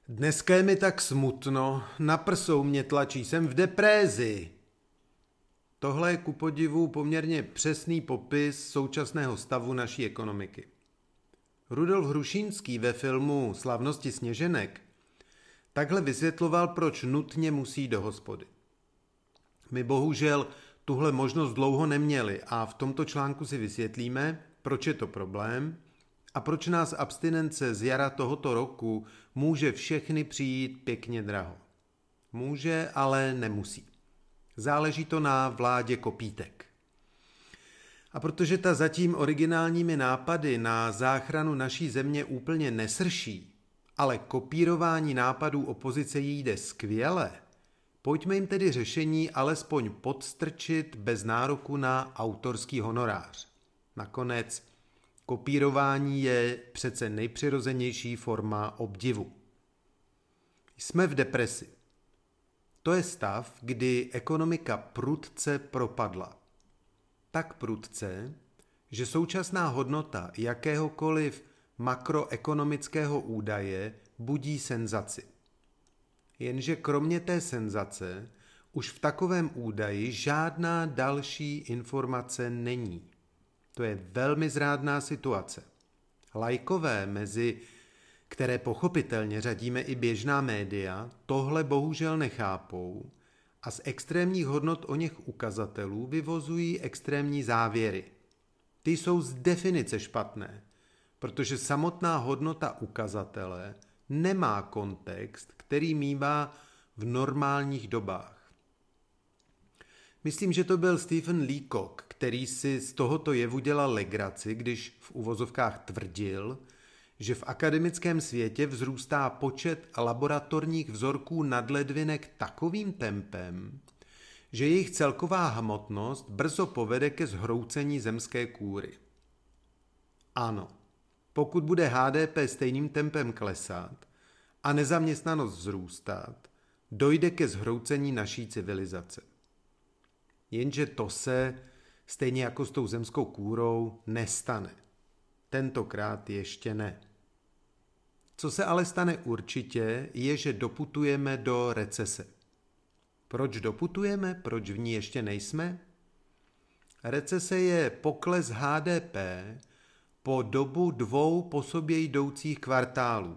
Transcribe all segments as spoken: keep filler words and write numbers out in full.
Dneska je mi tak smutno, na prsou mě tlačí, jsem v deprézi. Tohle je ku podivu poměrně přesný popis současného stavu naší ekonomiky. Rudolf Hrušínský ve filmu Slavnosti sněženek takhle vysvětloval, proč nutně musí do hospody. My bohužel tuhle možnost dlouho neměli a v tomto článku si vysvětlíme, proč je to problém a proč nás abstinence z jara tohoto roku může všechny přijít pěkně draho. Může, ale nemusí. Záleží to na vládě kopítek. A protože ta zatím originálními nápady na záchranu naší země úplně nesrší, ale kopírování nápadů opozice jí jde skvěle, pojďme jim tedy řešení alespoň podstrčit bez nároku na autorský honorář. Nakonec kopírování je přece nejpřirozenější forma obdivu. Jsme v depresi. To je stav, kdy ekonomika prudce propadla. Tak prudce, že současná hodnota jakéhokoliv makroekonomického údaje budí senzaci. Jenže kromě té senzace už v takovém údaji žádná další informace není. To je velmi zrádná situace. Laikové, mezi které pochopitelně řadíme i běžná média, tohle bohužel nechápou a z extrémních hodnot o něch ukazatelů vyvozují extrémní závěry. Ty jsou z definice špatné, protože samotná hodnota ukazatele nemá kontext, který mívá v normálních dobách. Myslím, že to byl Stephen Leacock, který si z tohoto jevu dělal legraci, když v uvozovkách tvrdil, že v akademickém světě vzrůstá počet laboratorních vzorků nadledvinek takovým tempem, že jejich celková hmotnost brzo povede ke zhroucení zemské kůry. Ano, pokud bude H D P stejným tempem klesat a nezaměstnanost vzrůstat, dojde ke zhroucení naší civilizace. Jenže to se, stejně jako s tou zemskou kůrou, nestane. Tentokrát ještě ne. Co se ale stane určitě, je, že doputujeme do recese. Proč doputujeme? Proč v ní ještě nejsme? Recese je pokles H D P po dobu dvou po sobě jdoucích kvartálů.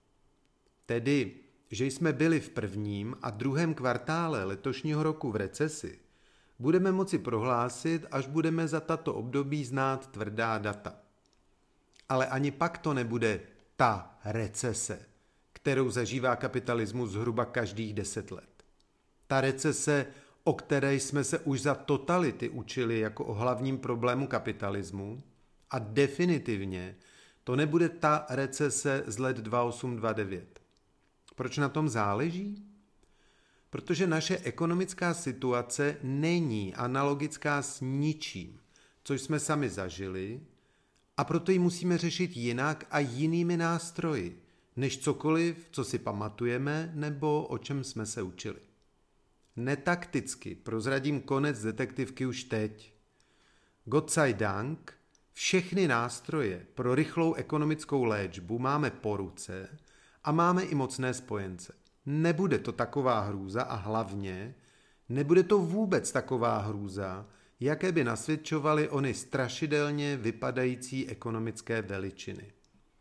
Tedy, že jsme byli v prvním a druhém kvartále letošního roku v recesi, budeme moci prohlásit, až budeme za tato období znát tvrdá data. Ale ani pak to nebude ta recese, kterou zažívá kapitalismus zhruba každých deset let. Ta recese, o které jsme se už za totality učili jako o hlavním problému kapitalismu, a definitivně to nebude ta recese z let dva osm dva devět. Proč na tom záleží? Protože naše ekonomická situace není analogická s ničím, co jsme sami zažili, a proto ji musíme řešit jinak a jinými nástroji, než cokoliv, co si pamatujeme nebo o čem jsme se učili. Netakticky prozradím konec detektivky už teď. Gott sei Dank, všechny nástroje pro rychlou ekonomickou léčbu máme po ruce a máme i mocné spojence. Nebude to taková hrůza a hlavně nebude to vůbec taková hrůza, jaké by nasvědčovaly ony strašidelně vypadající ekonomické veličiny.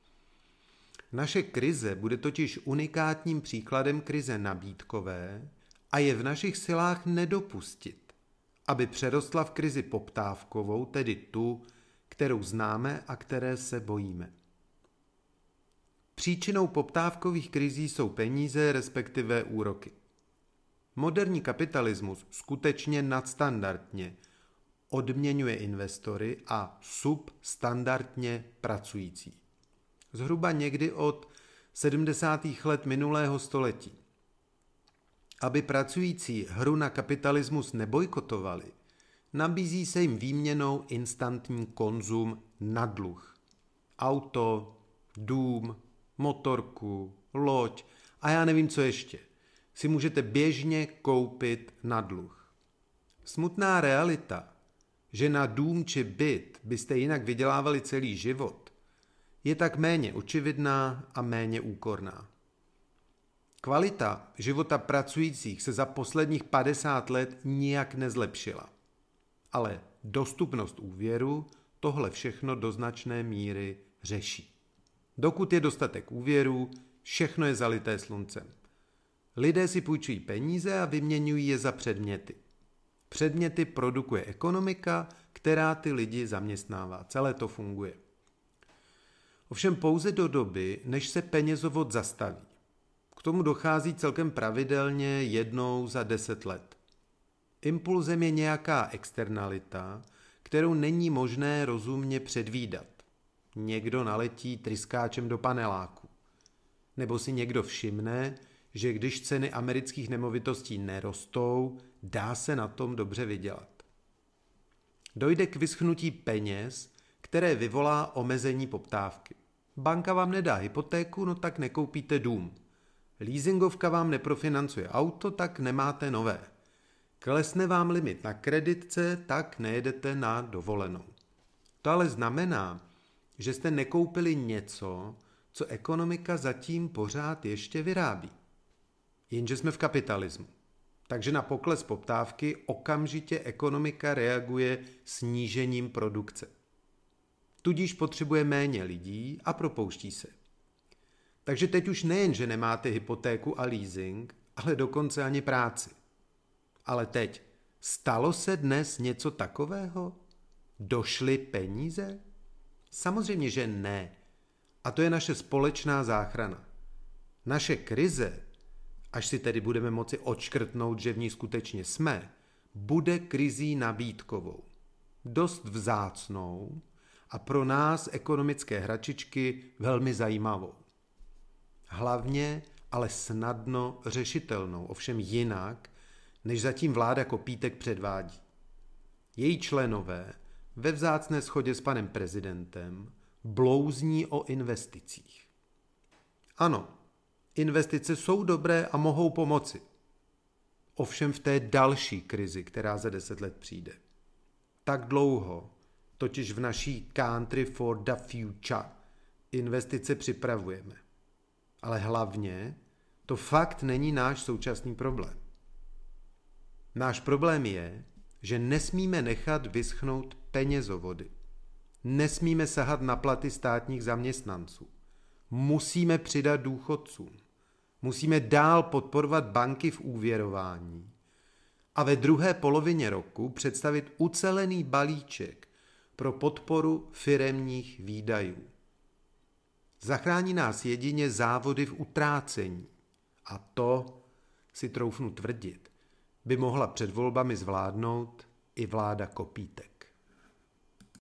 Naše krize bude totiž unikátním příkladem krize nabídkové a je v našich silách nedopustit, aby přerostla v krizi poptávkovou, tedy tu, kterou známe a které se bojíme. Příčinou poptávkových krizí jsou peníze, respektive úroky. Moderní kapitalismus skutečně nadstandardně odměňuje investory a substandardně pracující. Zhruba někdy od sedmdesátých let minulého století. Aby pracující hru na kapitalismus nebojkotovali, nabízí se jim výměnou instantní konzum na dluh. Auto, dům, motorku, loď a já nevím co ještě, si můžete běžně koupit na dluh. Smutná realita, že na dům či byt byste jinak vydělávali celý život, je tak méně očividná a méně úkorná. Kvalita života pracujících se za posledních padesát let nijak nezlepšila. Ale dostupnost úvěru tohle všechno do značné míry řeší. Dokud je dostatek úvěrů, všechno je zalité sluncem. Lidé si půjčují peníze a vyměňují je za předměty. Předměty produkuje ekonomika, která ty lidi zaměstnává. Celé to funguje. Ovšem pouze do doby, než se penězovod zastaví. K tomu dochází celkem pravidelně jednou za deset let. Impulzem je nějaká externalita, kterou není možné rozumně předvídat. Někdo naletí tryskáčem do paneláku. Nebo si někdo všimne, že když ceny amerických nemovitostí nerostou, dá se na tom dobře vydělat. Dojde k vyschnutí peněz, které vyvolá omezení poptávky. Banka vám nedá hypotéku, no tak nekoupíte dům. Leasingovka vám neprofinancuje auto, tak nemáte nové. Klesne vám limit na kreditce, tak nejedete na dovolenou. To ale znamená, že jste nekoupili něco, co ekonomika zatím pořád ještě vyrábí. Jenže jsme v kapitalismu. Takže na pokles poptávky okamžitě ekonomika reaguje snížením produkce. Tudíž potřebuje méně lidí a propouští se. Takže teď už nejen, že nemáte hypotéku a leasing, ale dokonce ani práci. Ale teď, stalo se dnes něco takového? Došly peníze? Samozřejmě, že ne. A to je naše společná záchrana. Naše krize, až si tedy budeme moci odškrtnout, že v ní skutečně jsme, bude krizí nabídkovou. Dost vzácnou a pro nás ekonomické hračičky velmi zajímavou. Hlavně, ale snadno řešitelnou, ovšem jinak, než zatím vláda Kopítek předvádí. Její členové ve vzácné shodě s panem prezidentem blouzní o investicích. Ano, investice jsou dobré a mohou pomoci. Ovšem v té další krizi, která za deset let přijde. Tak dlouho, totiž v naší Country for the Future, investice připravujeme. Ale hlavně to fakt není náš současný problém. Náš problém je, že nesmíme nechat vyschnout penězovody. Nesmíme sahat na platy státních zaměstnanců. Musíme přidat důchodcům. Musíme dál podporovat banky v úvěrování a ve druhé polovině roku představit ucelený balíček pro podporu firemních výdajů. Zachrání nás jedině závody v utrácení. A to, si troufnu tvrdit, by mohla před volbami zvládnout i vláda Kopítek.